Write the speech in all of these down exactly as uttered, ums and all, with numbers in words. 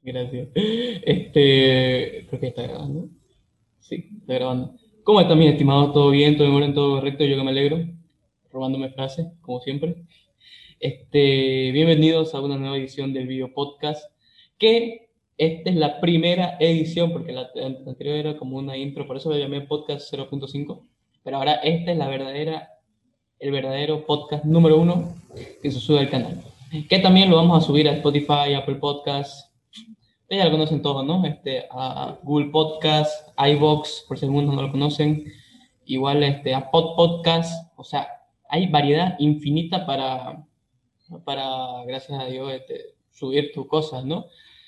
Gracias. Este, creo que está grabando. Sí, está grabando. ¿Cómo están mis estimados? ¿Todo bien? ¿Todo en orden? ¿Todo correcto? Yo que me alegro. Robándome frases, como siempre. Este, bienvenidos a una nueva edición del video podcast. Que esta es la primera edición, porque la, la anterior era como una intro, por eso lo llamé podcast cero punto cinco. Pero ahora esta es la verdadera, el verdadero podcast número uno que se sube al canal. Que también lo vamos a subir a Spotify, Apple Podcasts. Ustedes ya lo conocen todos, ¿no? Este, a Google Podcast, iVoox, por si algunos no lo conocen. Igual este, a Pod Podcast. O sea, hay variedad infinita para, para gracias a Dios, este, subir tus cosas, ¿no?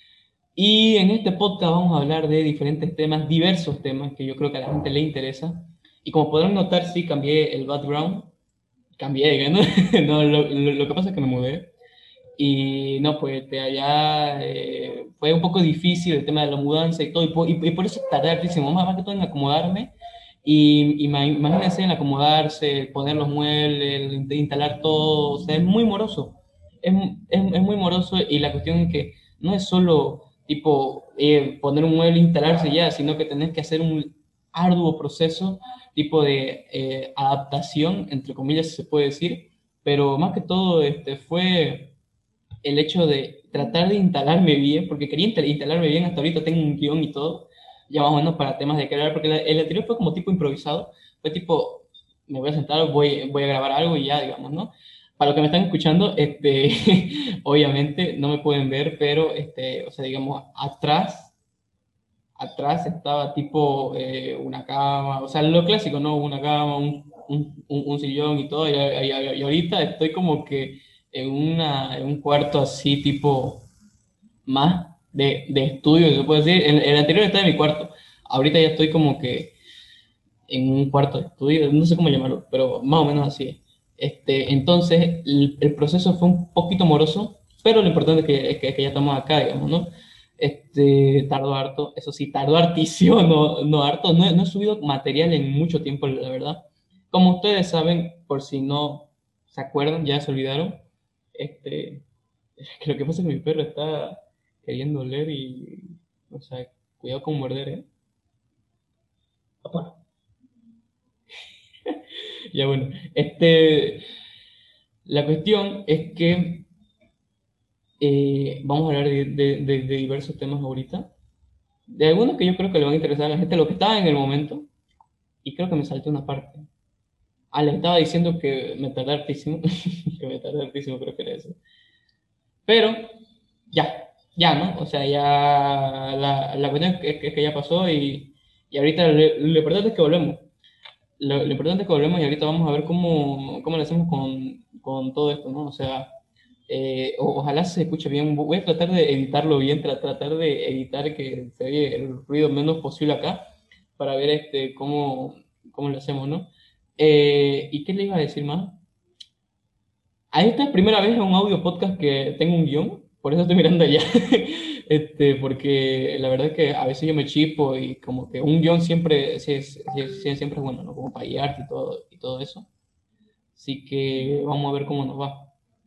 Y en este podcast vamos a hablar de diferentes temas, diversos temas que yo creo que a la gente le interesa. Y como podrán notar, sí cambié el background. Cambié, ¿no? No, lo, lo, lo que pasa es que me mudé. Y no, pues de allá eh, fue un poco difícil el tema de la mudanza y todo, y por, y, y por eso tardé hartísimo, más, más que todo en acomodarme. Y, y ma- imagínense en acomodarse, poner los muebles, in- instalar todo, o sea, es muy moroso. Es, es, es muy moroso y la cuestión es que no es solo tipo eh, poner un mueble e instalarse ya, sino que tenés que hacer un arduo proceso tipo de eh, adaptación, entre comillas, si se puede decir, pero más que todo este, fue el hecho de tratar de instalarme bien, porque quería insta- instalarme bien, hasta ahorita tengo un guión y todo, ya más o menos para temas de crear, porque la- el anterior fue como tipo improvisado, fue tipo, me voy a sentar, voy, voy a grabar algo y ya, digamos, ¿no? Para los que me están escuchando, este, obviamente no me pueden ver, pero, este, o sea, digamos, atrás, atrás estaba tipo eh, una cama, o sea, lo clásico, ¿no? Una cama, un, un, un- un sillón y todo, y, y- y ahorita estoy como que en, una, en un cuarto así tipo más de, de estudio, se puede decir. El, el anterior estaba en mi cuarto. Ahorita ya estoy como que en un cuarto de estudio, no sé cómo llamarlo, pero más o menos así es. Este, entonces, el, el proceso fue un poquito moroso, pero lo importante es que, es que, es que ya estamos acá, digamos, ¿no? Este, tardó harto, eso sí, tardó hartísimo, no, no harto, no, no he subido material en mucho tiempo, la verdad. Como ustedes saben, por si no se acuerdan, ya se olvidaron, este, que lo que pasa es que mi perro está queriendo oler y, o sea, cuidado con morder, ¿eh? Bueno, ya bueno, este, la cuestión es que eh, vamos a hablar de, de- de- de diversos temas ahorita, de algunos que yo creo que le van a interesar a la gente, lo que estaba en el momento, y creo que me salté una parte. Ah, le estaba diciendo que me tardé hartísimo, que me tardé hartísimo, creo que era eso. Pero ya, ya, ¿no? O sea, ya la, la cuestión es que, es que ya pasó y, y ahorita lo, lo importante es que volvemos. Lo, lo importante es que volvemos y ahorita vamos a ver cómo, cómo le hacemos con, con todo esto, ¿no? O sea, eh, o- ojalá se escuche bien. Voy a tratar de editarlo bien, tra- tratar de editar que se oye el ruido menos posible acá para ver este, cómo, cómo lo hacemos, ¿no? Eh, ¿y qué le iba a decir más? A esta es primera vez en un audio podcast que tengo un guión, por eso estoy mirando allá. Este, porque la verdad es que a veces yo me chipo y como que un guión siempre, sí, es- sí, es- sí, siempre es bueno, ¿no? Como para guiarte y todo, y todo eso. Así que vamos a ver cómo nos va.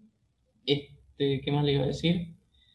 Este, ¿qué más le iba a decir?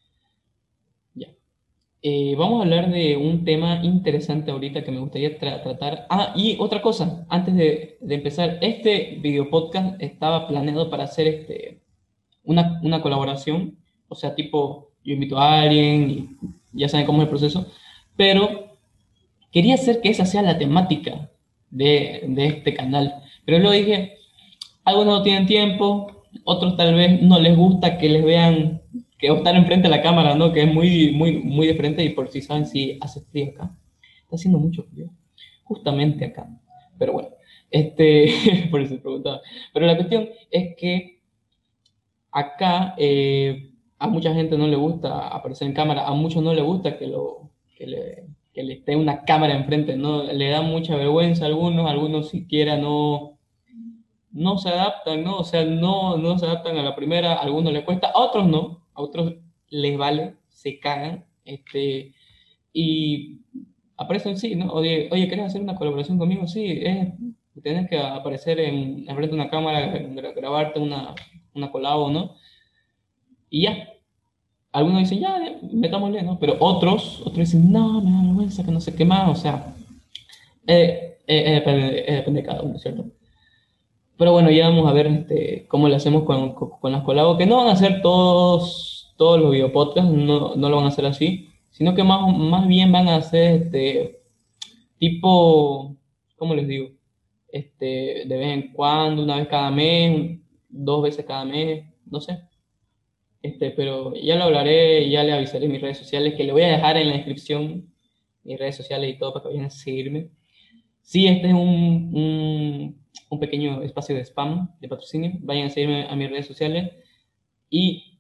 Ya. Eh, vamos a hablar de un tema interesante ahorita que me gustaría tra- tratar. Ah, y otra cosa, antes de, de empezar, este video podcast estaba planeado para hacer este, una, una colaboración, o sea, tipo, yo invito a alguien y ya saben cómo es el proceso, pero quería hacer que esa sea la temática de, de este canal. Pero luego dije, algunos no tienen tiempo, otros tal vez no les gusta que les vean, que estar enfrente de la cámara, ¿no? Que es muy, muy, muy diferente y por si saben si hace frío acá. Está haciendo mucho frío, justamente acá. Pero bueno, este, por eso preguntaba. Pero la cuestión es que acá eh, a mucha gente no le gusta aparecer en cámara, a muchos no le gusta que, lo, que, le, que le esté una cámara enfrente, ¿no? Le da mucha vergüenza a algunos, algunos siquiera no, no se adaptan, ¿no? O sea, no, no se adaptan a la primera, a algunos les cuesta, a otros no, a otros les vale, se cagan, este, y aparecen sí, ¿no? Oye, oye, ¿querés hacer una colaboración conmigo? Sí, es, tienes que aparecer en, enfrente de una cámara, gra- grabarte una, una colabo, ¿no? Y ya. Algunos dicen, ya, ya, metámosle, ¿no? Pero otros, otros dicen, no, me da vergüenza, que no sé qué más, o sea, eh, eh, eh, depende, eh, depende de cada uno, ¿cierto? Pero bueno, ya vamos a ver este, cómo lo hacemos con, con, con las colabos, que no van a ser todos, todos los videopodcasts, no, no lo van a hacer así, sino que más, más bien van a ser este, tipo, ¿cómo les digo? Este, de vez en cuando, una vez cada mes, dos veces cada mes, no sé. Este, pero ya lo hablaré, ya le avisaré en mis redes sociales, que le voy a dejar en la descripción mis redes sociales y todo para que vayan a seguirme. Sí, este es un, un, un pequeño espacio de spam, de patrocinio. Vayan a seguirme a mis redes sociales y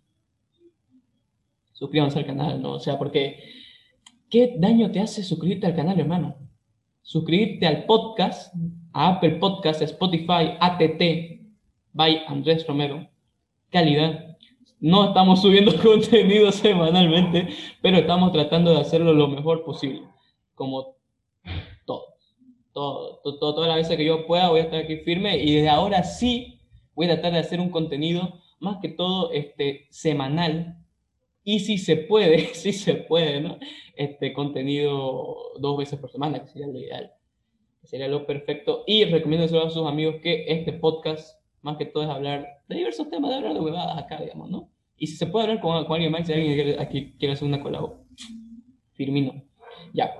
suscríbanse al canal, ¿no? O sea, porque ¿qué daño te hace suscribirte al canal, hermano? Suscribirte al podcast, a Apple Podcast, a Spotify, A T T, by Andrés Romero. Calidad. No estamos subiendo contenido semanalmente, pero estamos tratando de hacerlo lo mejor posible. Como todo. Todo, todo, todo- todas las veces que yo pueda voy a estar aquí firme y desde ahora sí voy a tratar de hacer un contenido más que todo este, semanal y si se puede, si se puede, ¿no? Este contenido dos veces por semana, que sería lo ideal, que sería lo perfecto. Y recomiendo a sus amigos que este podcast, más que todo, es hablar de diversos temas, de hablar de huevadas acá, digamos, ¿no? Y si se puede hablar con, con alguien más, si alguien quiere, aquí quiere hacer una colabo, firmino. Ya.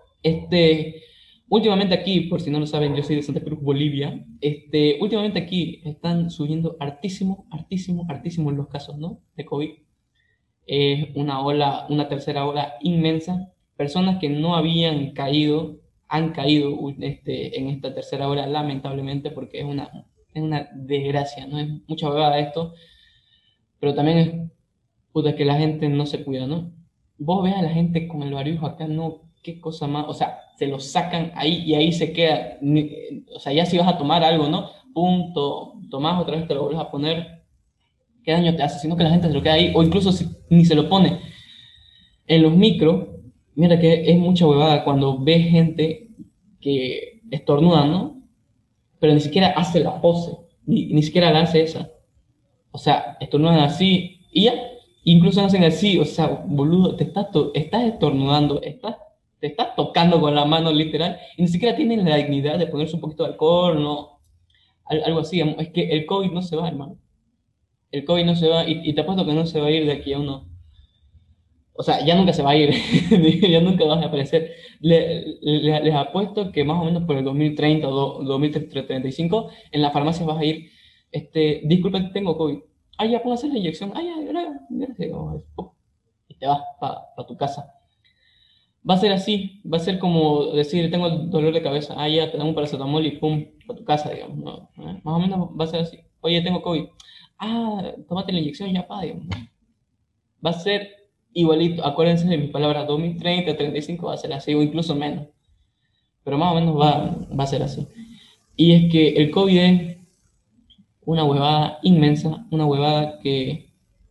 Este, últimamente aquí, por si no lo saben, yo soy de Santa Cruz, Bolivia. Este, últimamente aquí están subiendo hartísimo, hartísimo, hartísimo los casos, ¿no? De COVID. Es una ola, una tercera ola inmensa. Personas que no habían caído, han caído este, en esta tercera ola, lamentablemente, porque es una, es una desgracia, ¿no? Es mucha verdad esto, pero también es puta que la gente no se cuida, ¿no? Vos ves a la gente con el barbijo acá, no, qué cosa más, o sea, se lo sacan ahí y ahí se queda, ni- o sea, ya si vas a tomar algo, ¿no? Punto, tomás otra vez, te lo vuelves a poner, ¿qué daño te hace? Sino que la gente se lo queda ahí, o incluso si ni se lo pone. En los micros, mira que es mucha huevada cuando ves gente que estornuda, ¿no? Pero ni siquiera hace la pose, ni, ni siquiera la hace esa. O sea, estornudan así y ya. Incluso hacen así, o sea, boludo, te estás, to- estás estornudando, estás, te estás tocando con la mano literal y ni siquiera tienen la dignidad de ponerse un poquito de alcohol, no, al- algo así. Es que el COVID no se va, hermano. El COVID no se va y, y te apuesto que no se va a ir de aquí a uno. O sea, ya nunca se va a ir, ya nunca vas a aparecer. Le- le- les apuesto que más o menos por el dos mil treinta o do- dos mil treinta y cinco en la farmacia vas a ir, este, disculpe, tengo COVID. Ah, ya, póngase la inyección. Ah, ya, gra- gracias. Vamos, pum, y te vas para tu casa. Va a ser así, va a ser como decir, tengo el dolor de cabeza. Ah, ya, te dan un paracetamol y pum, para tu casa, digamos. ¿No? ¿Eh? Más o menos va a ser así. Oye, tengo COVID. Ah, tómate la inyección y ya, pa, digamos. Va a ser igualito, acuérdense de mis palabras, dos mil treinta, treinta y cinco va a ser así o incluso menos, pero más o menos va, va a ser así. Y es que el COVID es una huevada inmensa, una huevada que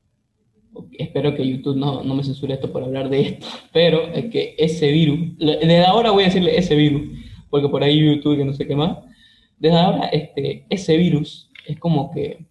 espero que YouTube no, no me censure esto por hablar de esto, pero es que ese virus, desde ahora voy a decirle ese virus, porque por ahí YouTube que no sé qué más, desde ahora este, ese virus es como que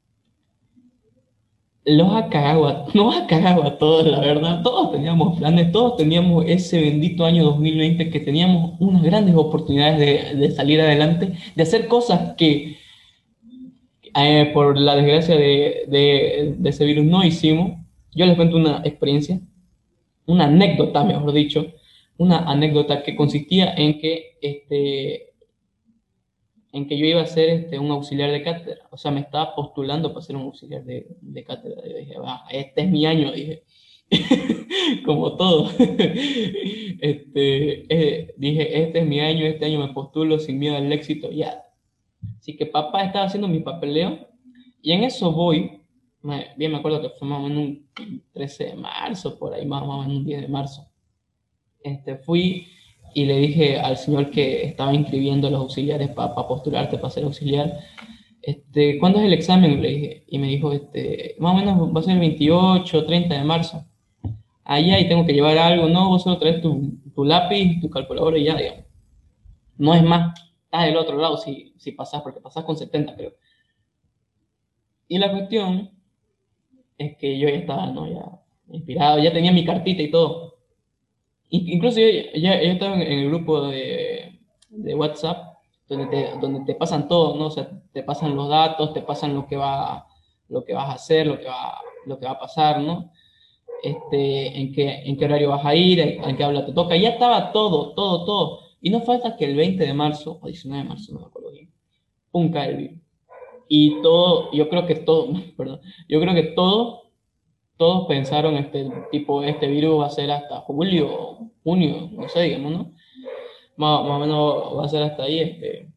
los ha cagado a, nos ha cagado a todos, la verdad. Todos teníamos planes, todos teníamos ese bendito año dos mil veinte que teníamos unas grandes oportunidades de, de salir adelante, de hacer cosas que eh, por la desgracia de, de, de ese virus no hicimos. Yo les cuento una experiencia, una anécdota, mejor dicho, una anécdota que consistía en que este, en que yo iba a ser este, un auxiliar de cátedra. O sea, me estaba postulando para ser un auxiliar de, de cátedra. Yo dije, va, este es mi año, dije. Como todo. Este, eh, dije, este es mi año, este año me postulo sin miedo al éxito, ya. Así que papá estaba haciendo mi papeleo y en eso voy, me- bien me acuerdo que fue más o menos un trece de marzo, por ahí más o menos un diez de marzo. Este, fui y le dije al señor que estaba inscribiendo los auxiliares para postularte para ser auxiliar, este, ¿cuándo es el examen? Le dije, y me dijo, este, más o menos va a ser el veintiocho o treinta de marzo. Allá y tengo que llevar algo, no, vos solo traes tu, tu lápiz, tu calculadora y ya, digamos. No es más, estás del otro lado si, si pasás, porque pasás con setenta creo. Y la cuestión es que yo ya estaba, ¿no? Ya. inspirado, ya tenía mi cartita y todo. In- Incluso yo, ya, yo estaba en, en el grupo de, de WhatsApp donde te, donde te pasan todo, ¿no? O sea, te pasan los datos, te pasan lo que va, lo que vas a hacer, lo que va, lo que va a pasar, ¿no? Este, en qué, en qué horario vas a ir, en, en qué habla te toca. Ya estaba todo, todo, todo. Y no falta que el veinte de marzo, o diecinueve de marzo, no me acuerdo bien, pum, cae el virus. Y todo, yo creo que todo, perdón, yo creo que todo todos pensaron, este, tipo, este virus va a ser hasta julio, junio, no sé, digamos, ¿no? Más, más o menos va a ser hasta ahí, este,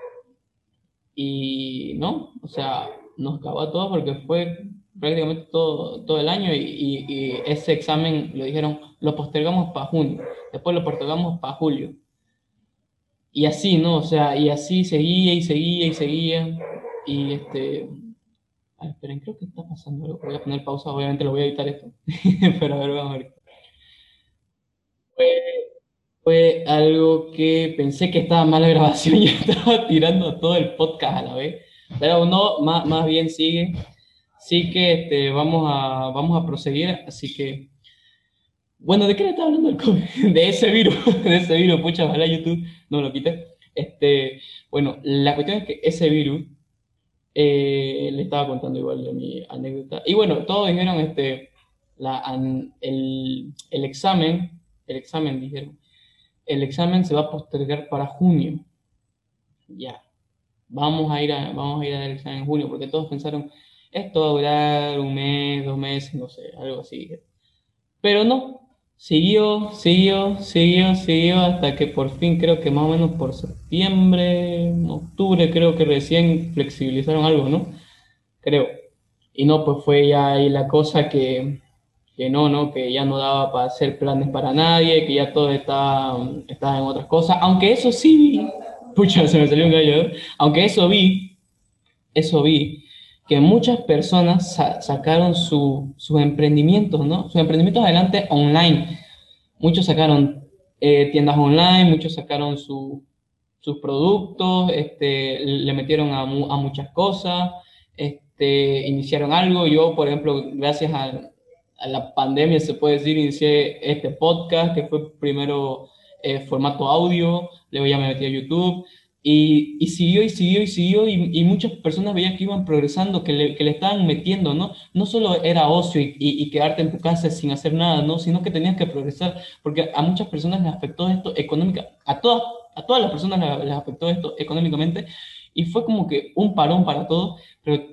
y no, o sea, nos acabó a todos porque fue prácticamente todo, todo el año y, y- y ese examen lo dijeron, lo postergamos para junio, después lo postergamos para julio, y así, ¿no? O sea, y así seguía y seguía y seguía, y este, ay, esperen, creo que está pasando algo, voy a poner pausa, obviamente lo voy a editar esto, pero a ver, vamos a ver. Fue algo que pensé que estaba mal la grabación y estaba tirando todo el podcast a la vez. Pero no, más, más bien sigue. Sí que este, vamos a, vamos a proseguir. Así que, bueno, ¿de qué le estaba hablando el COVID? De ese virus, de ese virus, pucha, ojalá YouTube no me lo quite. Este, bueno, la cuestión es que ese virus, eh, le estaba contando igual de mi anécdota. Y bueno, todos dijeron, este, la, an- el, el examen, el examen dijeron el examen se va a postergar para junio. Ya, vamos a ir a, vamos a ir a dar el examen en junio, porque todos pensaron, esto va a durar un mes, dos meses, no sé, algo así. Pero no, siguió, siguió, siguió, siguió, hasta que por fin, creo que más o menos por septiembre, octubre, creo que recién flexibilizaron algo, ¿no? Creo. Y no, pues fue ya ahí la cosa que, que no, ¿no? Que ya no daba para hacer planes para nadie, que ya todo estaba, estaba en otras cosas. Aunque eso sí vi, pucha, se me salió un gallo, ¿eh? Aunque eso vi, eso vi, que muchas personas sa- sacaron su, sus emprendimientos, ¿no? Sus emprendimientos adelante online. Muchos sacaron eh, tiendas online, muchos sacaron su, sus productos, este, le metieron a, mu- a muchas cosas, este, iniciaron algo. Yo, por ejemplo, gracias a, a la pandemia, se puede decir, inicié este podcast, que fue primero eh, formato audio, luego ya me metí a YouTube. Y, y siguió y siguió y siguió y, y muchas personas veían que iban progresando, que le, que le estaban metiendo, ¿no? No solo era ocio y, y, y quedarte en tu casa sin hacer nada, ¿no? Sino que tenías que progresar, porque a muchas personas les afectó esto económica, a todas, a todas las personas les, les afectó esto económicamente y fue como que un parón para todos, pero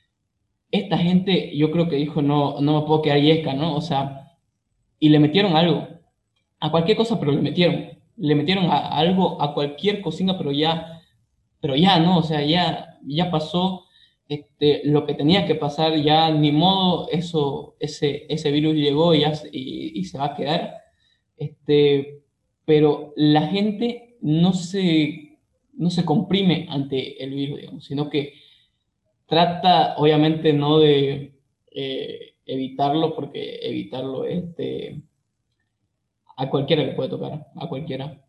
esta gente yo creo que dijo, no, no me puedo quedar yesca, ¿no? O sea, y le metieron algo, a cualquier cosa, pero le metieron, le metieron a, a algo, a cualquier cocina, pero ya, pero ya, ¿no? O sea, ya, ya pasó este, lo que tenía que pasar, ya ni modo, eso, ese, ese virus llegó y, ya, se- y, y se va a quedar. Este, pero la gente no se, no se comprime ante el virus, digamos, sino que trata, obviamente, no de eh, evitarlo, porque evitarlo este, a cualquiera le puede tocar, a cualquiera,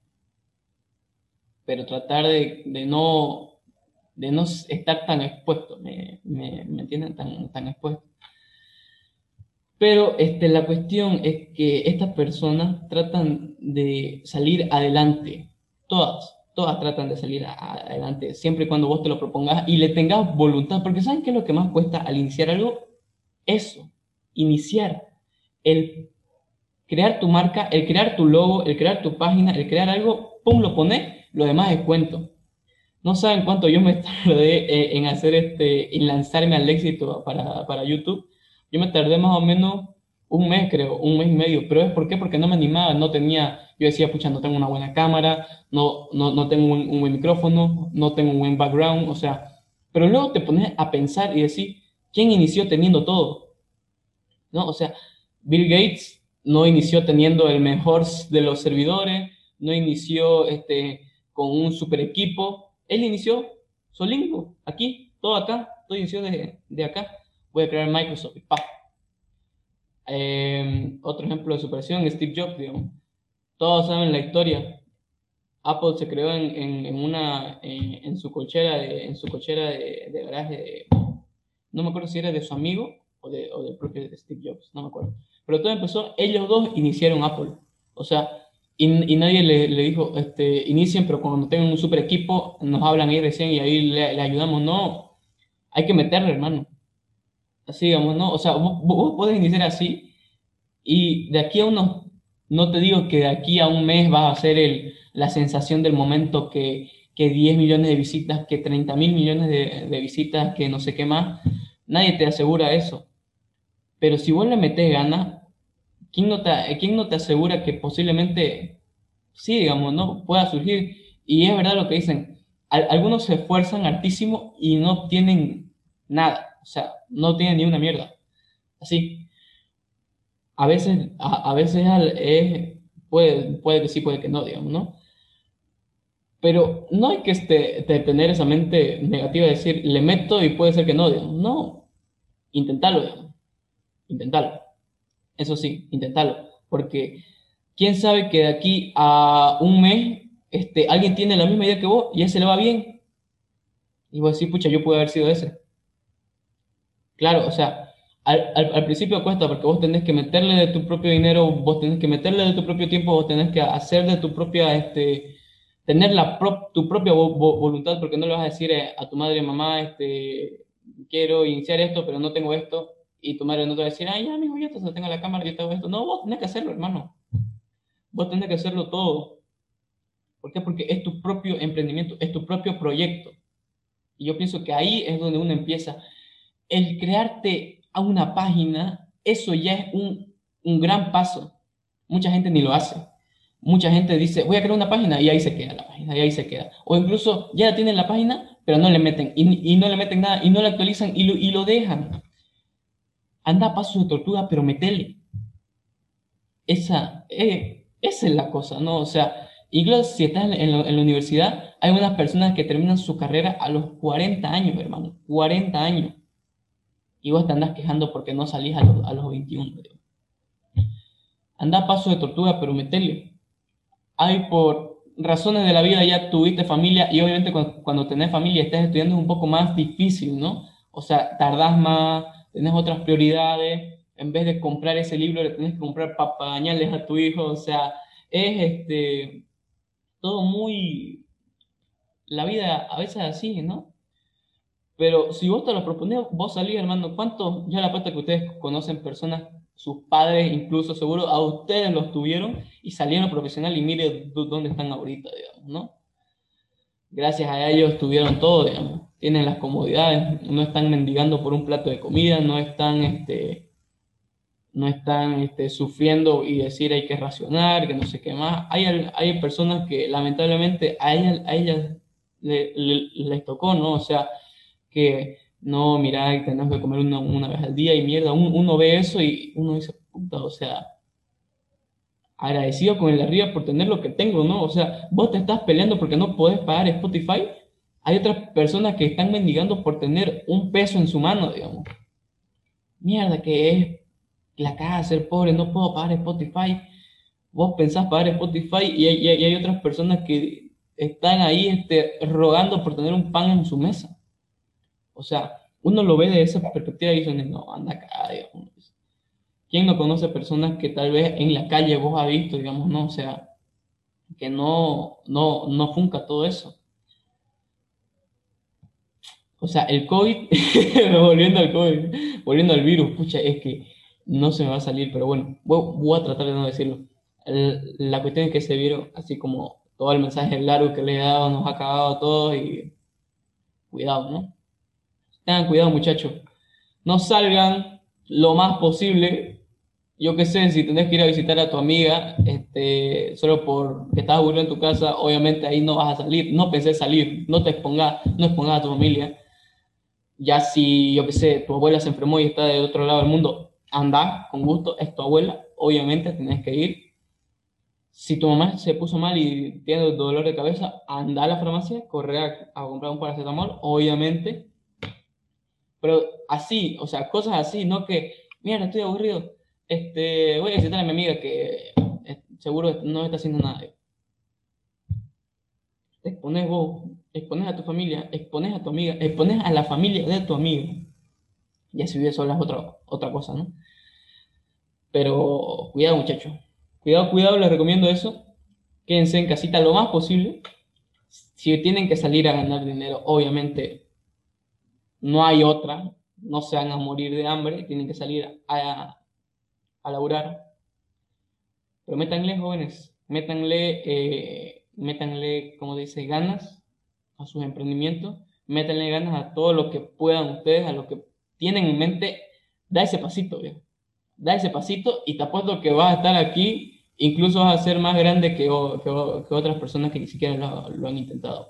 pero tratar de, de no, de no estar tan expuesto, ¿me, me, me entienden? Tan, tan expuesto. Pero este, la cuestión es que estas personas tratan de salir adelante, todas, todas tratan de salir a- adelante, siempre y cuando vos te lo propongas y le tengas voluntad, porque ¿saben qué es lo que más cuesta al iniciar algo? Eso, iniciar, el crear tu marca, el crear tu logo, el crear tu página, el crear algo, pum, lo pones, lo demás es cuento. No saben cuánto yo me tardé eh, en hacer este, en lanzarme al éxito para, para YouTube. Yo me tardé más o menos un mes, creo, un mes y medio. Pero ¿es por qué? Porque no me animaba, no tenía, yo decía, pucha, no tengo una buena cámara, no, no, no tengo un, un buen micrófono, no tengo un buen background, o sea, pero luego te pones a pensar y decir, ¿quién inició teniendo todo? ¿No? O sea, Bill Gates no inició teniendo el mejor de los servidores, no inició este, con un super equipo, él inició solingo, aquí, todo acá, todo inició de, de acá. Voy a crear Microsoft, y ¡pa! Eh, otro ejemplo de superación, Steve Jobs, digamos. Todos saben la historia. Apple se creó en, en, en una, en, en, su cochera de, en su cochera de, de garaje, de, no me acuerdo si era de su amigo o, de, o del propio Steve Jobs, no me acuerdo. Pero todo empezó, ellos dos iniciaron Apple. O sea, y, y nadie le, le dijo, este, inicien, pero cuando tengan un super equipo, nos hablan ahí recién y ahí le, le ayudamos. No, hay que meterle, hermano. Así, digamos, ¿no? O sea, vos, vos podés iniciar así y de aquí a unos, no te digo que de aquí a un mes vas a ser el, la sensación del momento que, que diez millones de visitas, que treinta mil millones de, de visitas, que no sé qué más. Nadie te asegura eso. Pero si vos le metés ganas, ¿quién no te, quién no te asegura que posiblemente, sí, digamos, no pueda surgir? Y es verdad lo que dicen. Al- algunos se esfuerzan hartísimo y no obtienen nada. O sea, no tienen ni una mierda. Así. A veces, a, a veces al- es, puede, puede que sí, puede que no, digamos, ¿no? Pero no hay que este, de tener esa mente negativa de decir, le meto y puede ser que no, digamos. No, intentalo, digamos. Intentalo. Eso sí, intentalo. Porque quién sabe que de aquí a un mes este, alguien tiene la misma idea que vos y a ese le va bien. Y vos decís, pucha, yo pude haber sido ese. Claro, o sea, al, al, al principio cuesta porque vos tenés que meterle de tu propio dinero, vos tenés que meterle de tu propio tiempo, vos tenés que hacer de tu propia, este, tener la pro- tu propia vo- vo- voluntad, porque no le vas a decir eh, a tu madre, mamá, este, quiero iniciar esto, pero no tengo esto, y tu madre no te va a decir, ay, ya, mijo, ya te tengo la cámara, yo te hago esto. No, vos tenés que hacerlo, hermano. Vos tenés que hacerlo todo. ¿Por qué? Porque es tu propio emprendimiento, es tu propio proyecto. Y yo pienso que ahí es donde uno empieza. El crearte a una página, eso ya es un, un gran paso. Mucha gente ni lo hace. Mucha gente dice, voy a crear una página y ahí se queda la página, y ahí se queda. O incluso ya tienen la página, pero no le meten, y, y no le meten nada, y no la actualizan y lo, y lo dejan. Anda a pasos de tortuga, pero metele. Esa, eh, esa es la cosa, ¿no? O sea, incluso si estás en, en la, en la universidad, hay unas personas que terminan su carrera a los cuarenta años, hermano, cuarenta años. Y vos te andás quejando porque no salís a los, a los veintiuno. Digo. Anda a paso de tortuga, pero metele. Hay por razones de la vida ya tuviste familia y obviamente cuando, cuando tenés familia y estás estudiando es un poco más difícil, ¿no? O sea, tardás más, tenés otras prioridades. En vez de comprar ese libro, le tenés que comprar papañales a tu hijo. O sea, es este, todo muy... La vida a veces es así, ¿no? Pero si vos te lo propones, vos salís, hermano, ¿cuántos? Ya la apuesto que ustedes conocen personas, sus padres incluso, seguro, a ustedes los tuvieron y salieron profesional y mire dó- dónde están ahorita, digamos, ¿no? Gracias a ellos tuvieron todo, digamos. Tienen las comodidades, no están mendigando por un plato de comida, no están, este, no están, este, sufriendo y decir hay que racionar, que no sé qué más. Hay, al- hay personas que lamentablemente a ellas, a ellas le- le- les tocó, ¿no? O sea, que no, mira, tenemos que comer una, una vez al día y mierda, uno, uno ve eso y uno dice, puta, o sea, agradecido con el de arriba por tener lo que tengo, ¿no? O sea, vos te estás peleando porque no podés pagar Spotify, hay otras personas que están mendigando por tener un peso en su mano, digamos. Mierda, que es la caja de ser pobre, no puedo pagar Spotify. Vos pensás pagar Spotify y hay, y hay- y hay otras personas que están ahí este, rogando por tener un pan en su mesa. O sea, uno lo ve de esa perspectiva y dice, no, anda acá, digamos. ¿Quién no conoce personas que tal vez en la calle vos has visto, digamos, no? O sea, que no, no, no funca todo eso. O sea, el COVID, volviendo al COVID, volviendo al virus, pucha, es que no se me va a salir, pero bueno, voy, voy a tratar de no decirlo. El- la cuestión es que ese virus, así como todo el mensaje largo que le he dado, nos ha cagado a todos y cuidado, ¿no? Tengan cuidado, muchachos. No salgan lo más posible. Yo qué sé, si tenés que ir a visitar a tu amiga, este, solo porque estás aburrido en tu casa, obviamente ahí no vas a salir. No pensé salir, no te expongas, no expongas a tu familia. Ya si, yo qué sé, tu abuela se enfermó y está de otro lado del mundo, anda, con gusto, es tu abuela, obviamente tenés que ir. Si tu mamá se puso mal y tiene dolor de cabeza, anda a la farmacia, corre a, a comprar un paracetamol, obviamente. Pero así, o sea, cosas así, no que, mira, estoy aburrido, este, voy a visitar a mi amiga que eh, seguro no está haciendo nada. Expones vos, expones a tu familia, expones a tu amiga, expones a la familia de tu amiga. Ya si vive sola es otra, otra cosa, ¿no? Pero cuidado, muchachos. Cuidado, cuidado, les recomiendo eso. Quédense en casita lo más posible. Si tienen que salir a ganar dinero, obviamente no hay otra. No se van a morir de hambre, tienen que salir a, a laburar. Pero métanle, jóvenes, métanle, eh, métanle, como dice, ganas a sus emprendimientos, métanle ganas a todo lo que puedan ustedes, a lo que tienen en mente, da ese pasito, ¿ya? Da ese pasito y te apuesto que vas a estar aquí, incluso vas a ser más grande que, o- que, o- que otras personas que ni siquiera lo, lo han intentado.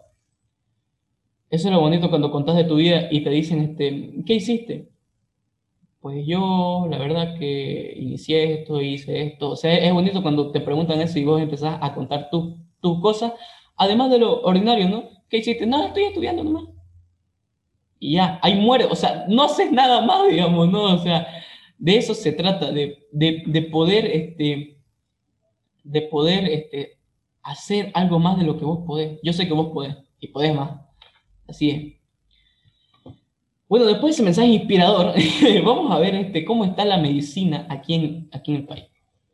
Eso es lo bonito cuando contás de tu vida y te dicen, este, ¿qué hiciste? Pues yo, la verdad que inicié esto, hice esto. O sea, es bonito cuando te preguntan eso y vos empezás a contar tus tus cosas, además de lo ordinario, ¿no? ¿Qué hiciste? No, estoy estudiando nomás. Y ya, ahí muere. O sea, no haces nada más, digamos, ¿no? O sea, de eso se trata, de, de, de poder, este, de poder, este, hacer algo más de lo que vos podés. Yo sé que vos podés y podés más. Así es. Bueno, después de ese mensaje inspirador, vamos a ver este, cómo está la medicina aquí en, aquí en el país.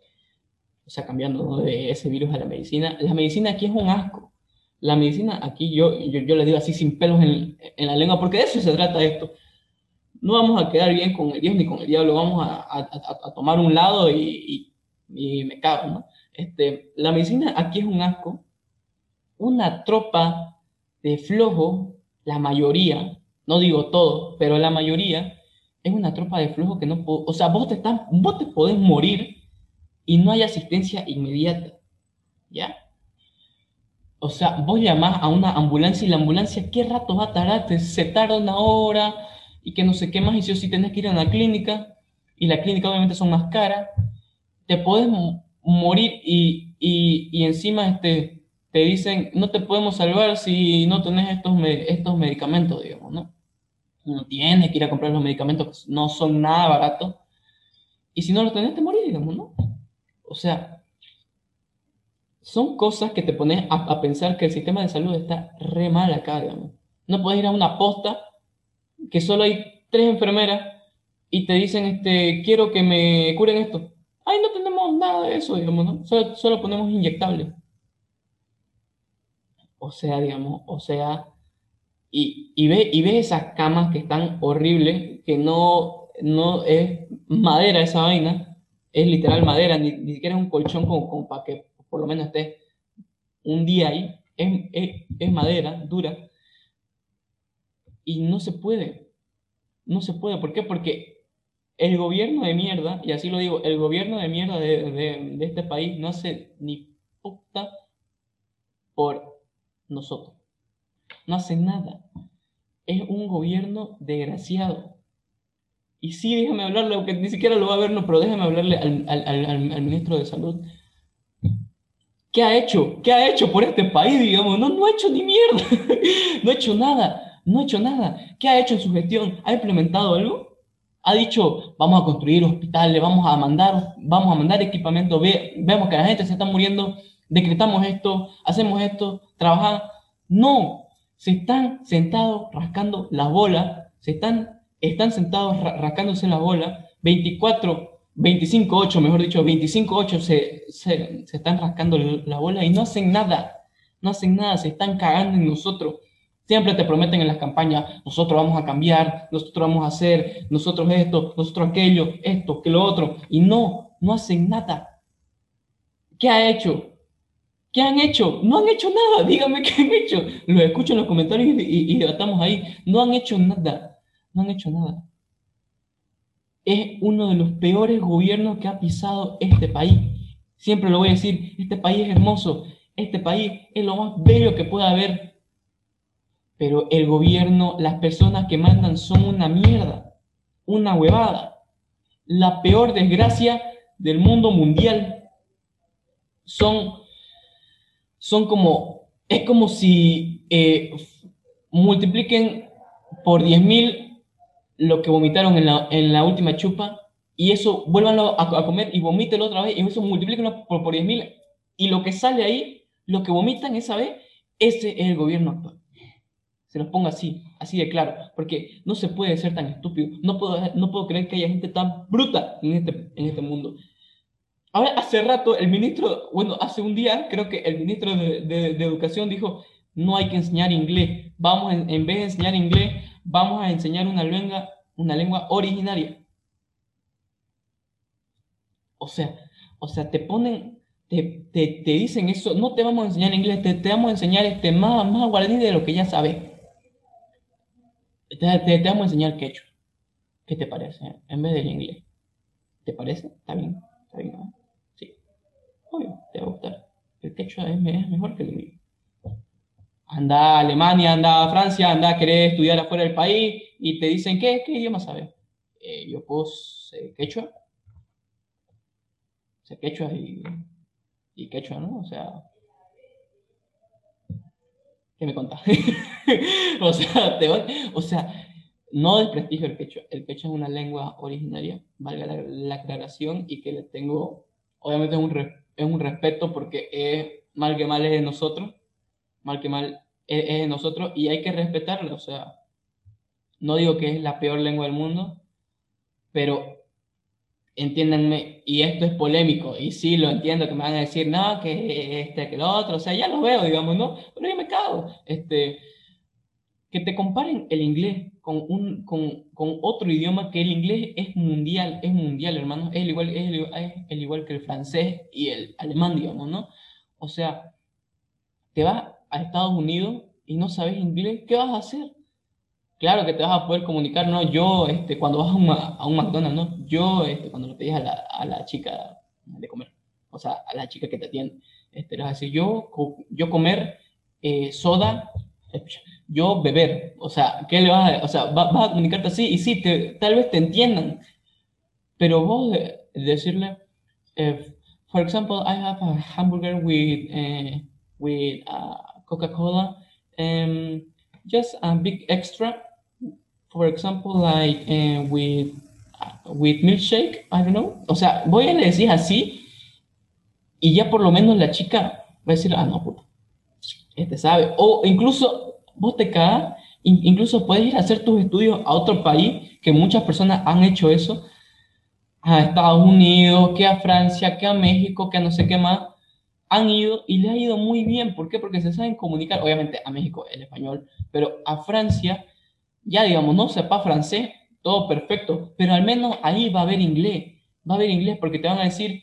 O sea, cambiando, ¿no? De ese virus a la medicina. La medicina aquí es un asco. La medicina aquí, yo, yo, yo le digo así sin pelos en, en la lengua, porque de eso se trata esto. No vamos a quedar bien con el Dios ni con el diablo, vamos a, a, a- a tomar un lado y, y, y me cago, ¿no? Este, la medicina aquí es un asco, una tropa de flojos, la mayoría, no digo todo, pero la mayoría es una tropa de flojos que no puedo, o sea, vos te, estás, vos te podés morir y no hay asistencia inmediata, ¿ya? O sea, vos llamás a una ambulancia y la ambulancia, ¿qué rato va a tardar? Te- Se tarda una hora y que no sé qué más, y si o sí tenés que ir a una clínica, y la clínica obviamente son más caras, te puedes mo- morir y, y, y encima este, te dicen, no te podemos salvar si no tenés estos, me- estos medicamentos, digamos, ¿no? No tienes que ir a comprar los medicamentos que no son nada baratos, y si no los tenés, te morís, digamos, ¿no? O sea, son cosas que te pones a, a pensar que el sistema de salud está re mal acá, digamos. No puedes ir a una posta que solo hay tres enfermeras y te dicen, este, quiero que me curen esto. Ay, no tenemos nada de eso, digamos, ¿no? Solo, solo ponemos inyectables. O sea, digamos, o sea, y, y ve, y ves esas camas que están horribles, que no, no es madera esa vaina, es literal madera, ni, ni siquiera es un colchón como, como para que por lo menos estés un día ahí, es, es, es madera dura y no se puede, no se puede. ¿Por qué? Porque el gobierno de mierda, y así lo digo, el gobierno de mierda de, de, de este país no hace ni puta por nosotros, no hace nada. Es un gobierno desgraciado. Y sí, déjame hablarle, aunque ni siquiera lo va a ver, no, pero déjame hablarle al, al, al, al ministro de Salud. ¿Qué ha hecho? ¿Qué ha hecho por este país, digamos? No, no ha hecho ni mierda. No ha hecho nada. No ha hecho nada. ¿Qué ha hecho en su gestión? ¿Ha implementado algo? Ha dicho, vamos a construir hospitales, vamos a mandar, vamos a mandar equipamiento, ve, vemos que la gente se está muriendo, decretamos esto, hacemos esto, trabajamos. No, se están sentados rascando las bolas, se están, están sentados ra- rascándose las bolas, veinticuatro veinticinco ocho mejor dicho, veinticinco ocho se, se, se están rascando la bola y no hacen nada, no hacen nada, se están cagando en nosotros. Siempre te prometen en las campañas, nosotros vamos a cambiar, nosotros vamos a hacer, nosotros esto, nosotros aquello, esto, que lo otro, y no, no hacen nada. ¿Qué ha hecho? ¿Qué han hecho? No han hecho nada, dígame qué han hecho. Lo escucho en los comentarios y, y, y debatamos ahí. No han hecho nada, no han hecho nada. Es uno de los peores gobiernos que ha pisado este país. Siempre lo voy a decir, este país es hermoso, este país es lo más bello que pueda haber, pero el gobierno, las personas que mandan son una mierda, una huevada. La peor desgracia del mundo mundial son, son como, es como si eh, multipliquen por diez mil lo que vomitaron en la, en la última chupa y eso vuélvanlo a, a comer y vomítenlo otra vez y eso multiplíquenlo por, por diez mil y lo que sale ahí, lo que vomitan esa vez, ese es el gobierno actual. Se los pongo así, así de claro, porque no se puede ser tan estúpido. No puedo, no puedo creer que haya gente tan bruta en este, en este mundo. Ahora, hace rato, el ministro, bueno, hace un día, creo que el ministro de, de- de Educación dijo, no hay que enseñar inglés. Vamos, en, en vez de enseñar inglés, vamos a enseñar una lengua, una lengua originaria. O sea, o sea, te ponen, te, te, te dicen eso, no te vamos a enseñar inglés, te, te vamos a enseñar este, más, más guaraní de lo que ya sabes. Te, te, te vamos a enseñar quechua. ¿Qué te parece? eh? En vez del inglés. ¿Te parece? Está bien, está bien, ¿no? Sí, obvio, te va a gustar. El quechua es, me- es mejor que el inglés. Anda a Alemania, anda a Francia, anda a querer estudiar afuera del país y te dicen, ¿qué, qué idioma sabes? Eh, yo puedo ser quechua, sé quechua y, y quechua, ¿no? O sea, ¿qué me contás? O sea, te va- o sea, no desprestigio el quechua. El quechua es una lengua originaria, valga la, la aclaración, y que le tengo, obviamente es un, re- es un respeto porque es, mal que mal es de nosotros, mal que mal es, es de nosotros y hay que respetarla. O sea, no digo que es la peor lengua del mundo, pero entiéndanme, y esto es polémico, y sí lo entiendo, que me van a decir, no, que este, que lo otro, o sea, ya lo veo, digamos, ¿no? Pero yo me cago. Este, que te comparen el inglés con, un, con, con otro idioma, que el inglés es mundial, es mundial, hermano, es el igual, es el, es el igual que el francés y el alemán, digamos, ¿no? O sea, te vas a Estados Unidos y no sabes inglés, ¿qué vas a hacer? Claro que te vas a poder comunicar, ¿no? Yo, este, cuando vas a un, ma- a un McDonald's, ¿no? Yo, este, cuando le pedís a la, a la chica de comer, o sea, a la chica que te atiende, este, le vas a decir, yo, co- yo comer eh, soda, eh, yo beber, o sea, ¿qué le vas a, o sea, va- vas a comunicarte así y sí, te- tal vez te entiendan, pero vos de- decirle, eh, for example, I have a hamburger with, eh, with uh, Coca-Cola, um, just a big extra. For example, like eh, with, with milkshake, I don't know. O sea, voy a le decir así y ya por lo menos la chica va a decir, ah, no, puta, este sabe. O incluso vos te cagas, in- incluso puedes ir a hacer tus estudios a otro país, que muchas personas han hecho eso, a Estados Unidos, que a Francia, que a México, que a no sé qué más, han ido y le ha ido muy bien. ¿Por qué? Porque se saben comunicar, obviamente a México el español, pero a Francia ya digamos, no sepa francés, todo perfecto, pero al menos ahí va a haber inglés, va a haber inglés porque te van a decir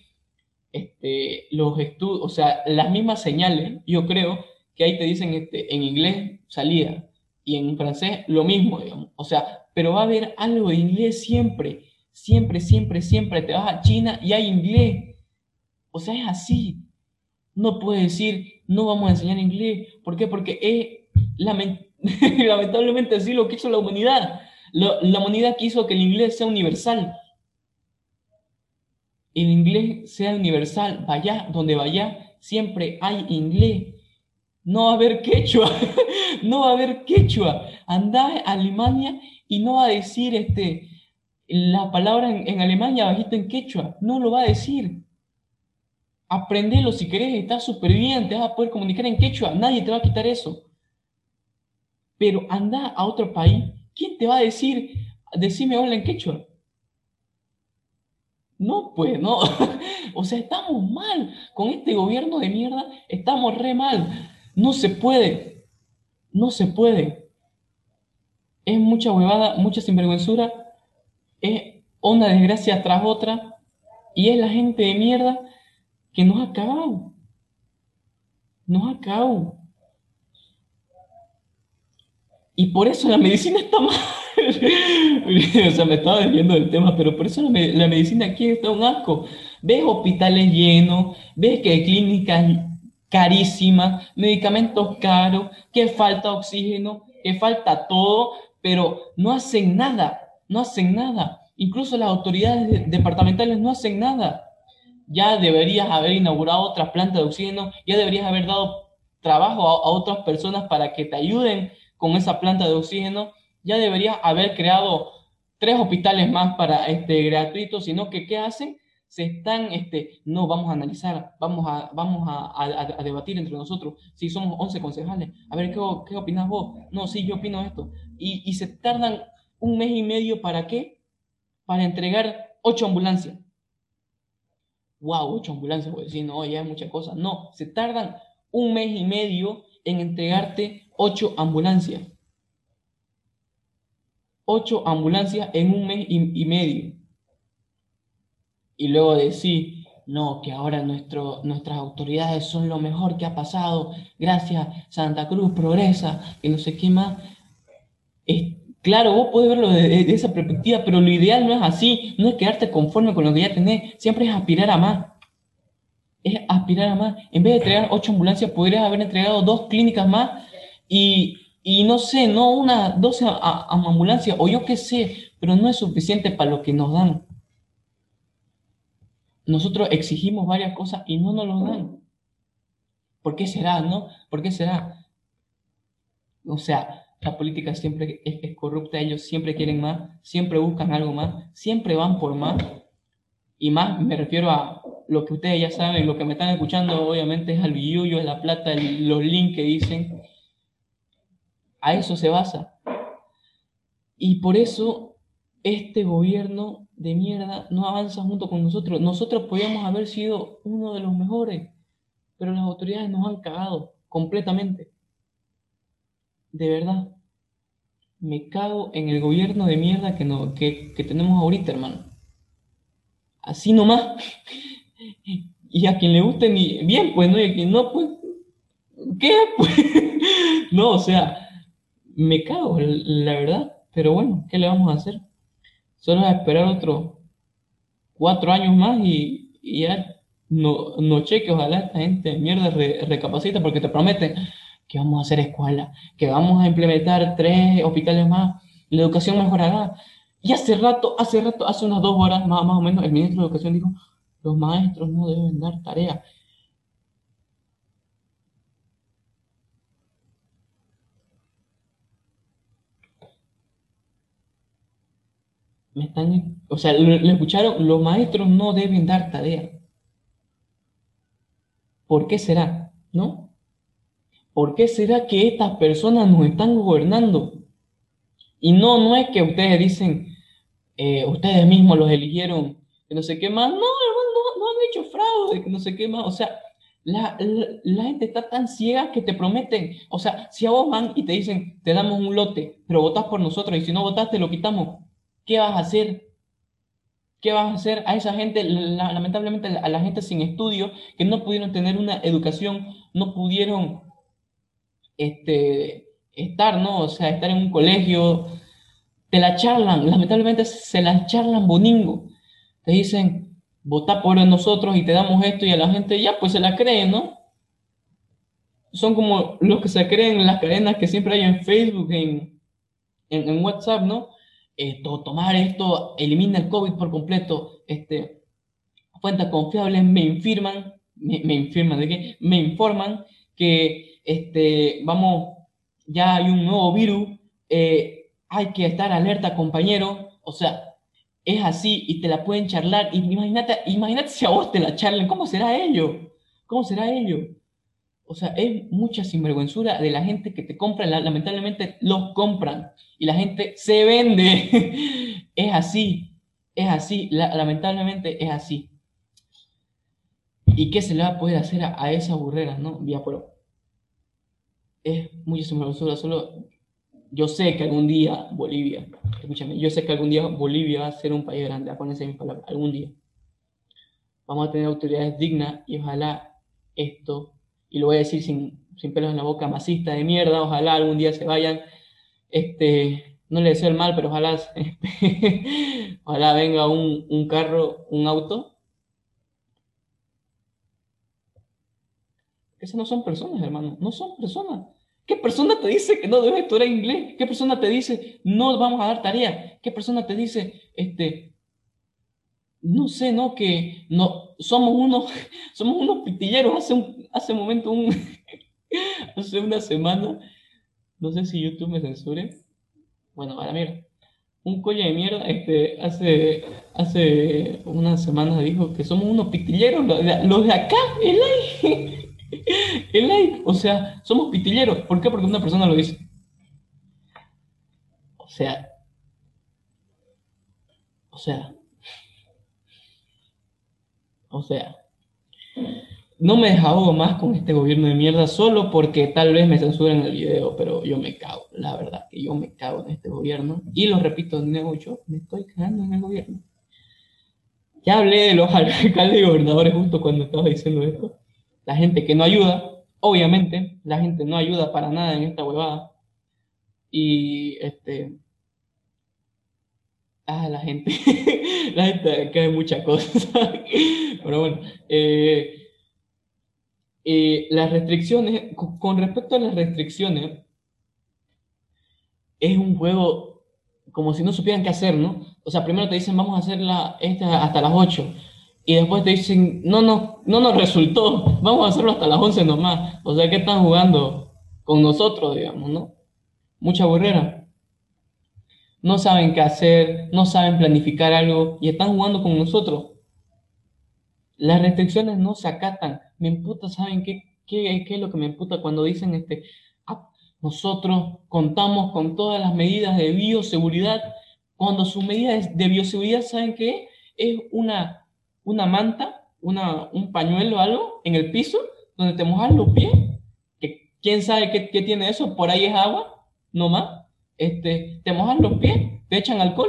este, los estudios, o sea, las mismas señales, yo creo que ahí te dicen este, en inglés salida y en francés lo mismo, digamos, o sea, pero va a haber algo de inglés siempre, siempre, siempre, siempre, te vas a China y hay inglés, o sea, es así, no puedes decir, no vamos a enseñar inglés. ¿Por qué? Porque es lament- lamentablemente así lo que hizo la humanidad. Lo- la humanidad quiso que el inglés sea universal. El inglés sea universal. Vaya donde vaya, siempre hay inglés. No va a haber quechua. No va a haber quechua. Anda a Alemania y no va a decir este, la palabra en, en Alemania bajito en quechua. No lo va a decir. Aprendelo si querés, está súper bien, te vas a poder comunicar en quechua, nadie te va a quitar eso. Pero anda a otro país, ¿quién te va a decir, decime hola en quechua? No, pues no. O sea, estamos mal. Con este gobierno de mierda, estamos re mal. No se puede, no se puede. Es mucha huevada, mucha sinvergüenzura, es una desgracia tras otra, y es la gente de mierda que nos ha cagado, nos ha cagado. Y por eso la medicina está mal. O sea, me estaba desviando del tema, pero por eso la, me- la medicina aquí está un asco. Ves hospitales llenos, ves que hay clínicas carísimas, medicamentos caros, que falta oxígeno, que falta todo, pero no hacen nada, no hacen nada. Incluso las autoridades de- departamentales no hacen nada. Ya deberías haber inaugurado otra planta de oxígeno, ya deberías haber dado trabajo a, a otras personas para que te ayuden con esa planta de oxígeno, ya deberías haber creado tres hospitales más para este gratuitos, sino que ¿qué hacen? se están, este, no, vamos a analizar, vamos a, vamos a, a- a debatir entre nosotros, si somos once concejales, a ver, ¿qué, o- qué opinas vos? No, sí, yo opino esto. Y, y se tardan un mes y medio, ¿para qué? Para entregar ocho ambulancias. Wow, ocho ambulancias, pues decir, no, ya es mucha cosa. No, se tardan un mes y medio en entregarte ocho ambulancias. Ocho ambulancias en un mes y, y medio. Y luego decir, no, que ahora nuestro, nuestras autoridades son lo mejor que ha pasado, gracias, Santa Cruz progresa, y no sé qué más. Es, claro, vos podés verlo de, de esa perspectiva, pero lo ideal no es así, no es quedarte conforme con lo que ya tenés, siempre es aspirar a más. Es aspirar a más. En vez de entregar ocho ambulancias, podrías haber entregado dos clínicas más y, y no sé, no una, doce a- a- ambulancias, o yo qué sé, pero no es suficiente para lo que nos dan. Nosotros exigimos varias cosas y no nos lo dan. ¿Por qué será, no? ¿Por qué será? O sea, la política siempre es, es corrupta, ellos siempre quieren más, siempre buscan algo más, siempre van por más. Y más me refiero a lo que ustedes ya saben, lo que me están escuchando, obviamente es al billuyo, es la plata, el- los links que dicen, a eso se basa. Y por eso este gobierno de mierda no avanza junto con nosotros. Nosotros podíamos haber sido uno de los mejores, pero las autoridades nos han cagado completamente. De verdad, me cago en el gobierno de mierda que, no, que, que tenemos ahorita, hermano. Así nomás. Y a quien le guste, ni bien, pues no, y a quien no, pues, ¿qué? Pues, no, o sea, me cago, la verdad. Pero bueno, ¿qué le vamos a hacer? Solo es esperar otros cuatro años más y, y ya no, no cheque, ojalá esta gente de mierda re- recapacita porque te prometen que vamos a hacer escuela, que vamos a implementar tres hospitales más, la educación mejorará. Y hace rato, hace rato, hace unas dos horas más, más o menos, el ministro de Educación dijo, los maestros no deben dar tarea. Me están, o sea, lo, lo escucharon, los maestros no deben dar tarea. ¿Por qué será? ¿No? ¿Por qué será que estas personas nos están gobernando? Y no, no es que ustedes dicen, eh, ustedes mismos los eligieron, que no sé qué más. No, hermano, no, no han hecho fraude, que no sé qué más. O sea, la, la, la gente está tan ciega que te prometen. O sea, si a vos van y te dicen, te damos un lote, pero votás por nosotros y si no votás, te lo quitamos. ¿Qué vas a hacer? ¿Qué vas a hacer a esa gente, la- lamentablemente a la gente sin estudio, que no pudieron tener una educación, no pudieron este, estar, ¿no? O sea, estar en un colegio, te la charlan, lamentablemente se la charlan boningo. Te dicen, vota por nosotros y te damos esto y a la gente ya pues se la cree, ¿no? Son como los que se creen las cadenas que siempre hay en Facebook, en, en, en WhatsApp, ¿no? Eh, to- tomar esto elimina el COVID por completo. Este, fuentes confiables me infirman, me, me infirman de qué, me informan que este, vamos, ya hay un nuevo virus, eh, hay que estar alerta, compañero. O sea, es así y te la pueden charlar. Y imagínate, imagínate si a vos te la charlen, ¿cómo será ello? ¿Cómo será ello? O sea, es mucha sinvergüenzura de la gente que te compra, la- lamentablemente los compran y la gente se vende. Es así, es así, la- lamentablemente es así. ¿Y qué se le va a poder hacer a, a esas burreras, no? Ya, pero es muchísima basura. Solo yo sé que algún día Bolivia, escúchame, yo sé que algún día Bolivia va a ser un país grande, acuérdense de mis palabras, algún día. Vamos a tener autoridades dignas y ojalá esto, y lo voy a decir sin, sin pelos en la boca, masista de mierda, ojalá algún día se vayan. Este, no le deseo el mal, pero ojalá, este, ojalá venga un, un carro, un auto. Esas no son personas, hermano, no son personas. ¿Qué persona te dice que no debes estudiar inglés? ¿Qué persona te dice no vamos a dar tarea? ¿Qué persona te dice, este, no sé, no, que no, somos unos, somos unos pitilleros? Hace un, hace un momento, un, hace una semana, no sé si YouTube me censure. Bueno, a la mierda. Un coño de mierda, este, hace, hace unas semanas dijo que somos unos pitilleros, los de, los de acá, el like, el like, o sea, somos pitilleros. ¿Por qué? Porque una persona lo dice. O sea, o sea, o sea. No me desahogo más con este gobierno de mierda solo porque tal vez me censuren el video, pero yo me cago, la verdad, que yo me cago en este gobierno. Y lo repito de nuevo, yo me estoy cagando en el gobierno. Ya hablé de los alcaldes y gobernadores justo cuando estaba diciendo esto. La gente que no ayuda, obviamente, la gente no ayuda para nada en esta huevada. Y este, ah, la gente, la gente cae muchas cosas. Pero bueno, eh, eh, las restricciones, con con respecto a las restricciones, es un juego como si no supieran qué hacer, ¿no? O sea, primero te dicen, vamos a hacerla esta hasta las ocho. Y después te dicen, no, no, no nos resultó, vamos a hacerlo hasta las once nomás. O sea, ¿qué están jugando con nosotros, digamos, ¿no? Mucha burrera. No saben qué hacer, no saben planificar algo y están jugando con nosotros. Las restricciones no se acatan. Me emputa, ¿saben qué, qué, qué es lo que me emputa cuando dicen este, "Ah, nosotros contamos con todas las medidas de bioseguridad"? Cuando sus medidas de bioseguridad, ¿saben qué? Es una, una manta, una, un pañuelo, algo en el piso donde te mojas los pies. Que, ¿quién sabe qué, qué tiene eso? Por ahí es agua, no más. Este, te mojas los pies, te echan alcohol,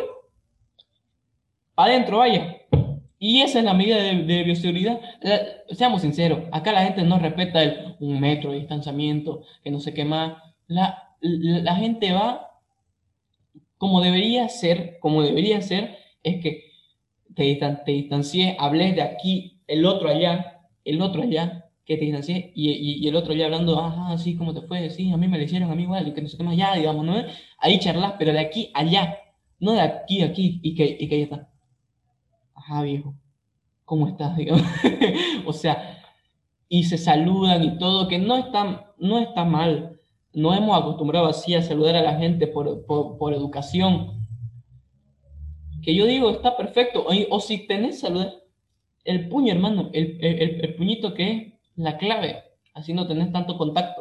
adentro, vaya. Y esa es la medida de, de bioseguridad. La- seamos sinceros, acá la gente no respeta el un metro de distanciamiento, que no sé qué más. La, la, la gente va como debería ser, como debería ser, es que te, distan- te distancies, hables de aquí, el otro allá, el otro allá, que te distancies, y, y, y el otro allá hablando, ajá, sí, ¿cómo te fue? Sí, a mí me lo hicieron, a mí igual, y que no sé qué más, ya, digamos, ¿no? Ahí charlas, pero de aquí a allá, no de aquí a aquí, y que, y que ya está. Ajá, viejo, ¿cómo estás? Digamos. O sea, y se saludan y todo, que no está, no está mal. No hemos acostumbrado así a saludar a la gente por, por, por educación. Que yo digo, está perfecto. O, o si tenés saludar, el puño, hermano, el, el, el- el puñito que es la clave. Así no tenés tanto contacto.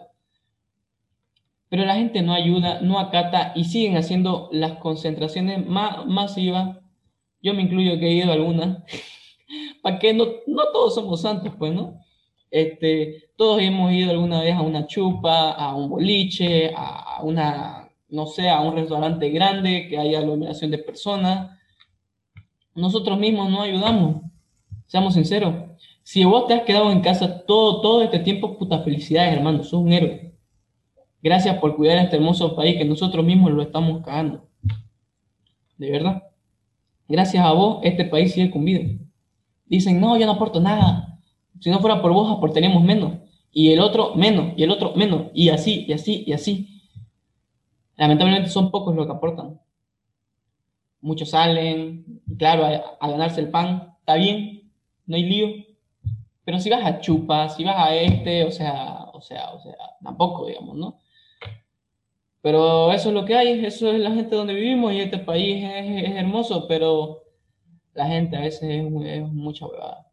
Pero la gente no ayuda, no acata y siguen haciendo las concentraciones ma- masivas. Yo me incluyo que he ido a algunas. ¿Para qué? No, no todos somos santos, pues, ¿no? Este, todos hemos ido alguna vez a una chupa, a un boliche, a una, no sé, a un restaurante grande que haya aglomeración de personas. Nosotros mismos no ayudamos, seamos sinceros. Si vos te has quedado en casa todo, todo este tiempo, puta felicidades, hermano, sos un héroe. Gracias por cuidar este hermoso país que nosotros mismos lo estamos cagando. De verdad. Gracias a vos, este país sigue con vida. Dicen, no, yo no aporto nada. Si no fuera por vos, aportaríamos menos. Y el otro menos, y el otro menos. Y así, y así, y así. Lamentablemente son pocos los que aportan. Muchos salen, claro, a, a ganarse el pan. Está bien, no hay lío. Pero si vas a chupas, si vas a este, o sea, o sea, o sea, tampoco, digamos, ¿no? Pero eso es lo que hay, eso es la gente donde vivimos y este país es, es hermoso, pero la gente a veces es, es mucha huevada.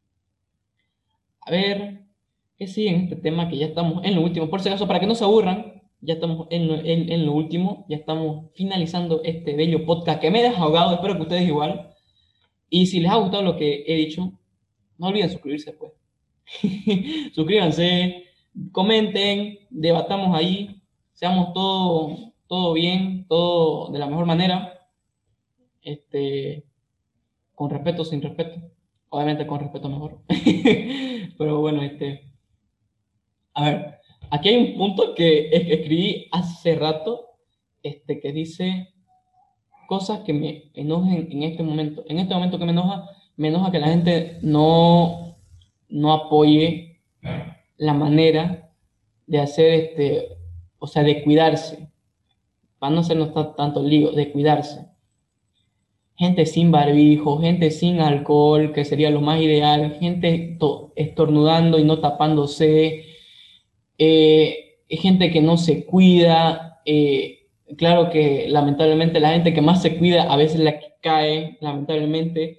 A ver, ¿qué sigue en este tema? Que ya estamos en lo último. Por si acaso, para que no se aburran, ya estamos en lo, en, en lo último, ya estamos finalizando este bello podcast que me he desahogado, espero que ustedes igual. Y si les ha gustado lo que he dicho, no olviden suscribirse pues. Suscríbanse, comenten, debatamos ahí, seamos todo, todo bien, todo de la mejor manera, este, con respeto, sin respeto. Obviamente con respeto mejor. Pero bueno, este... A ver, aquí hay un punto que es- escribí hace rato, este, que dice cosas que me enojen en este momento. En este momento que me enoja, me enoja que la gente no, no apoye la manera de hacer, este, o sea, de cuidarse, para no hacernos ta- tanto lío, de cuidarse. Gente sin barbijo, gente sin alcohol, que sería lo más ideal, gente to- estornudando y no tapándose, eh, gente que no se cuida, eh, claro que lamentablemente la gente que más se cuida a veces la, cae, lamentablemente,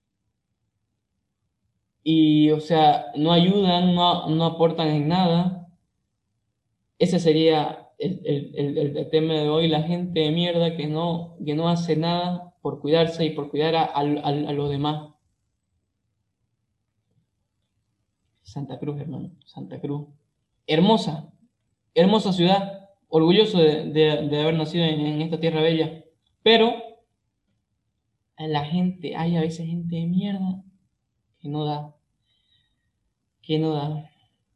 y, o sea, no ayudan, no, no aportan en nada. Ese sería el, el, el, el tema de hoy, la gente de mierda que no, que no hace nada por cuidarse y por cuidar a, a, a a los demás. Santa Cruz, hermano, Santa Cruz. Hermosa, hermosa ciudad, orgulloso de, de- de haber nacido en, en esta tierra bella. Pero la gente, hay a veces gente de mierda que no da, que no da.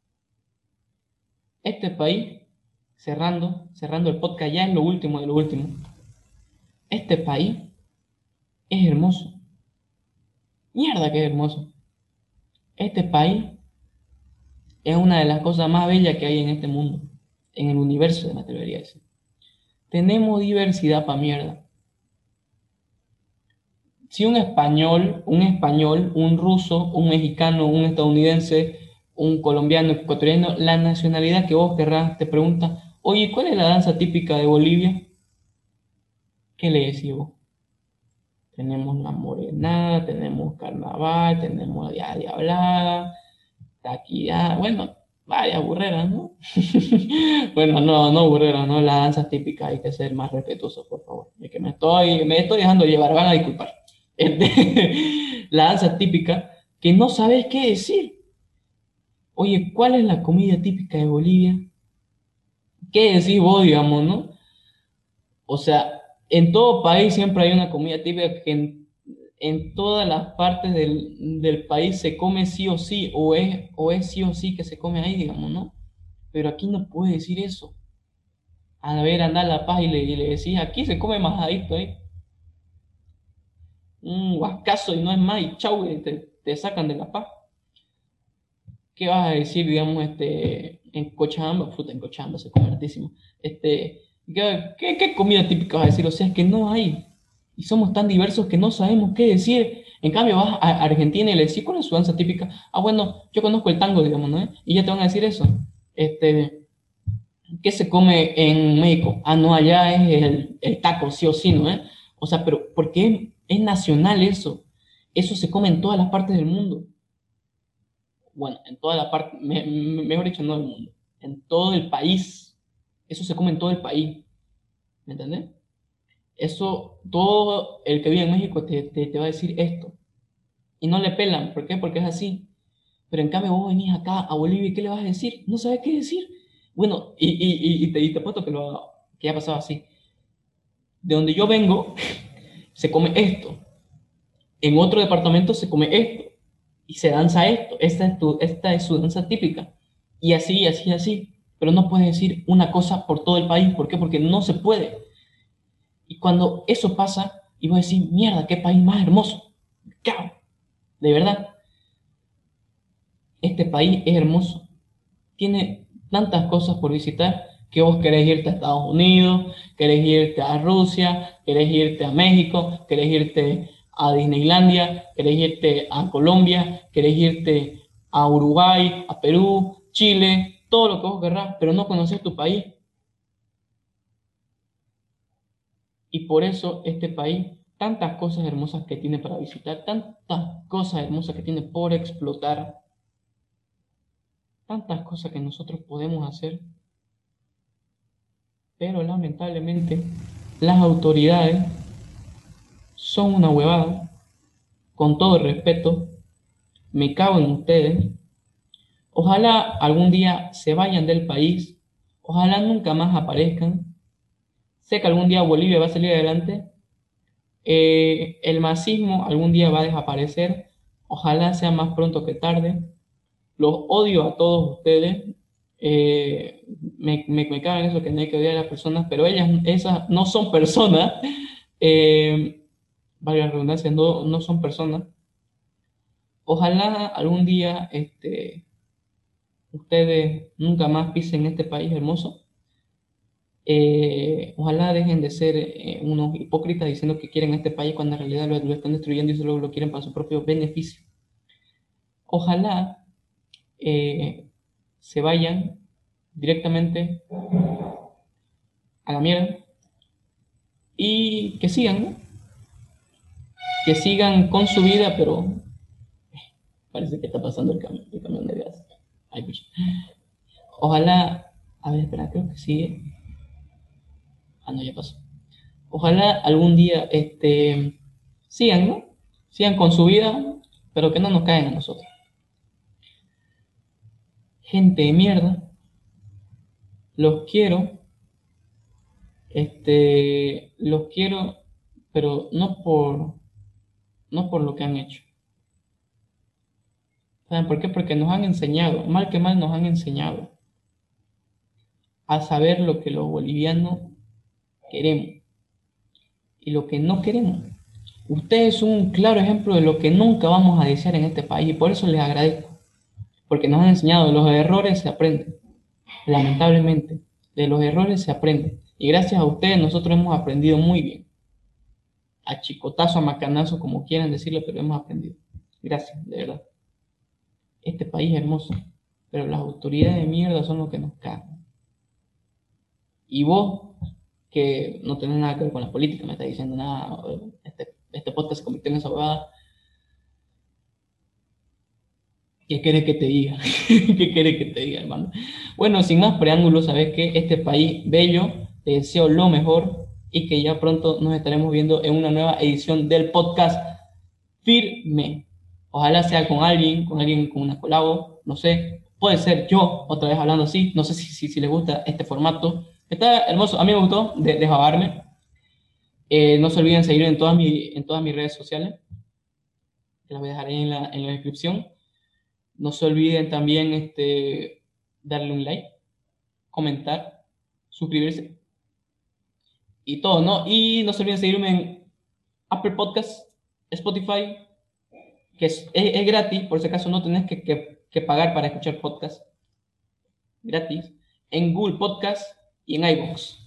Este país, cerrando, cerrando el podcast, ya es lo último de lo último. Este país es hermoso. Mierda que es hermoso. Este país es una de las cosas más bellas que hay en este mundo, en el universo, me atrevería a decir. Tenemos diversidad pa' mierda. Si un español, un español, un ruso, un mexicano, un estadounidense, un colombiano, ecuatoriano, la nacionalidad que vos querrás, te pregunta, oye, ¿cuál es la danza típica de Bolivia? ¿Qué le decís vos? Tenemos la morenada, tenemos carnaval, tenemos la diablada, taquilla, bueno, varias burreras, ¿no? Bueno, no, no burreras, no, las danzas típicas, hay que ser más respetuosos, por favor. Es que me estoy, me estoy dejando llevar, van a disculpar. Este, la danza típica, que no sabes qué decir. Oye, ¿cuál es la comida típica de Bolivia? ¿Qué decís vos, digamos, no? O sea, en todo país siempre hay una comida típica que en, en todas las partes del, del país se come sí o sí, o es, o es sí o sí que se come ahí, digamos, ¿no? Pero aquí no puede decir eso. A ver, anda a La Paz y le, y le decís, aquí se come majadito, ¿eh? Un huascazo y no es más, y chau, y te, te sacan de La Paz. ¿Qué vas a decir, digamos, este, en Cochabamba? Puta, en Cochabamba se come hartísimo. Este, ¿qué, qué, qué comida típica vas a decir? O sea, es que no hay. Y somos tan diversos que no sabemos qué decir. En cambio, vas a Argentina y le decís, ¿cuál es su danza típica? Ah, bueno, yo conozco el tango, digamos, ¿no? Y ya te van a decir eso. Este, ¿qué se come en México? Ah, no, allá es el, el taco, sí o sí, ¿no? ¿Eh? O sea, pero porque es, es nacional eso. Eso se come en todas las partes del mundo. Bueno, en toda la parte, me- me- mejor dicho, no del mundo, en todo el país. Eso se come en todo el país, ¿me entendés? Eso, todo el que vive en México te, te, te va a decir esto. Y no le pelan, ¿por qué? Porque es así. Pero en cambio vos venís acá a Bolivia y ¿qué le vas a decir? No sabes qué decir. Bueno, y, y, y, y te, y te apuesto que, lo, que ya ha pasado así. De donde yo vengo, se come esto. En otro departamento se come esto. Y se danza esto. Esta es, tu, esta es su danza típica. Y así, así, así. Pero no puedes decir una cosa por todo el país. ¿Por qué? Porque no se puede. Y cuando eso pasa, y vos decís, mierda, qué país más hermoso. ¡Cao! De verdad, este país es hermoso. Tiene tantas cosas por visitar que vos querés irte a Estados Unidos, querés irte a Rusia, querés irte a México, querés irte a Disneylandia, querés irte a Colombia, querés irte a Uruguay, a Perú, Chile, todo lo que vos querrás, pero no conoces tu país. Y por eso este país, tantas cosas hermosas que tiene para visitar, tantas cosas hermosas que tiene por explotar, tantas cosas que nosotros podemos hacer, pero lamentablemente las autoridades son una huevada, con todo el respeto, me cago en ustedes. Ojalá algún día se vayan del país, ojalá nunca más aparezcan. Sé que algún día Bolivia va a salir adelante, eh, el masismo algún día va a desaparecer, ojalá sea más pronto que tarde. Los odio a todos ustedes. eh, me, me, me cagan eso que no hay que odiar a las personas, pero ellas, esas no son personas. Eh, Varias redundancias, no, no son personas. Ojalá algún día este, ustedes nunca más pisen este país hermoso. Eh, ojalá dejen de ser eh, unos hipócritas diciendo que quieren este país cuando en realidad lo, lo están destruyendo y solo lo quieren para su propio beneficio. Ojalá eh, se vayan directamente a la mierda y que sigan, ¿no? que sigan con su vida, pero parece que está pasando el camión, el camión de gas. Ay, pucha. Ojalá, a ver, espera, creo que sigue. Ah, no, ya pasó. Ojalá algún día este, sigan, ¿no? Sigan con su vida, pero que no nos caigan a nosotros. Gente de mierda, los quiero, este, los quiero, pero no por, no por lo que han hecho. ¿Saben por qué? Porque nos han enseñado, mal que mal nos han enseñado a saber lo que los bolivianos queremos y lo que no queremos. Ustedes son un claro ejemplo de lo que nunca vamos a desear en este país y por eso les agradezco, porque nos han enseñado, de los errores se aprende, lamentablemente, de los errores se aprende. Y gracias a ustedes nosotros hemos aprendido muy bien, a chicotazo, a macanazo, como quieran decirlo, pero hemos aprendido. Gracias, de verdad. Este país es hermoso, pero las autoridades de mierda son los que nos cagan. Y vos, que no tenés nada que ver con la política, me estás diciendo nada, este, este podcast se convirtió en esa abogada. ¿Qué quieres que te diga? ¿Qué quieres que te diga, hermano? Bueno, sin más preámbulos, sabes que este país bello, te deseo lo mejor y que ya pronto nos estaremos viendo en una nueva edición del podcast Firme. Ojalá sea con alguien, con alguien con una colabo, no sé, puede ser yo, otra vez hablando así, no sé si, si, si les gusta este formato. Está hermoso, a mí me gustó de, de jabarme. Eh, no se olviden seguirme en todas, mi, en todas mis redes sociales, que las voy a dejar ahí en la, en la descripción. No se olviden también este, darle un like, comentar, suscribirse y todo, ¿no? Y no se olviden seguirme en Apple Podcasts, Spotify, que es, es, es gratis, por si acaso no tenés que, que, que pagar para escuchar podcasts, gratis, en Google Podcasts y en iVoox.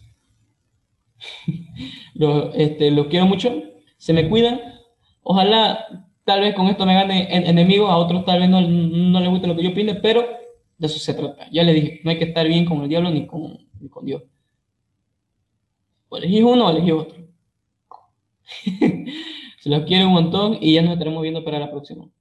Los, este, los quiero mucho, se me cuidan. Ojalá, tal vez con esto me gane en, enemigos, a otros tal vez no, no les guste lo que yo opine, pero de eso se trata. Ya les dije, no hay que estar bien con el diablo ni con, ni con Dios. O elegís uno o elegís otro. Se los quiero un montón y ya nos estaremos viendo para la próxima.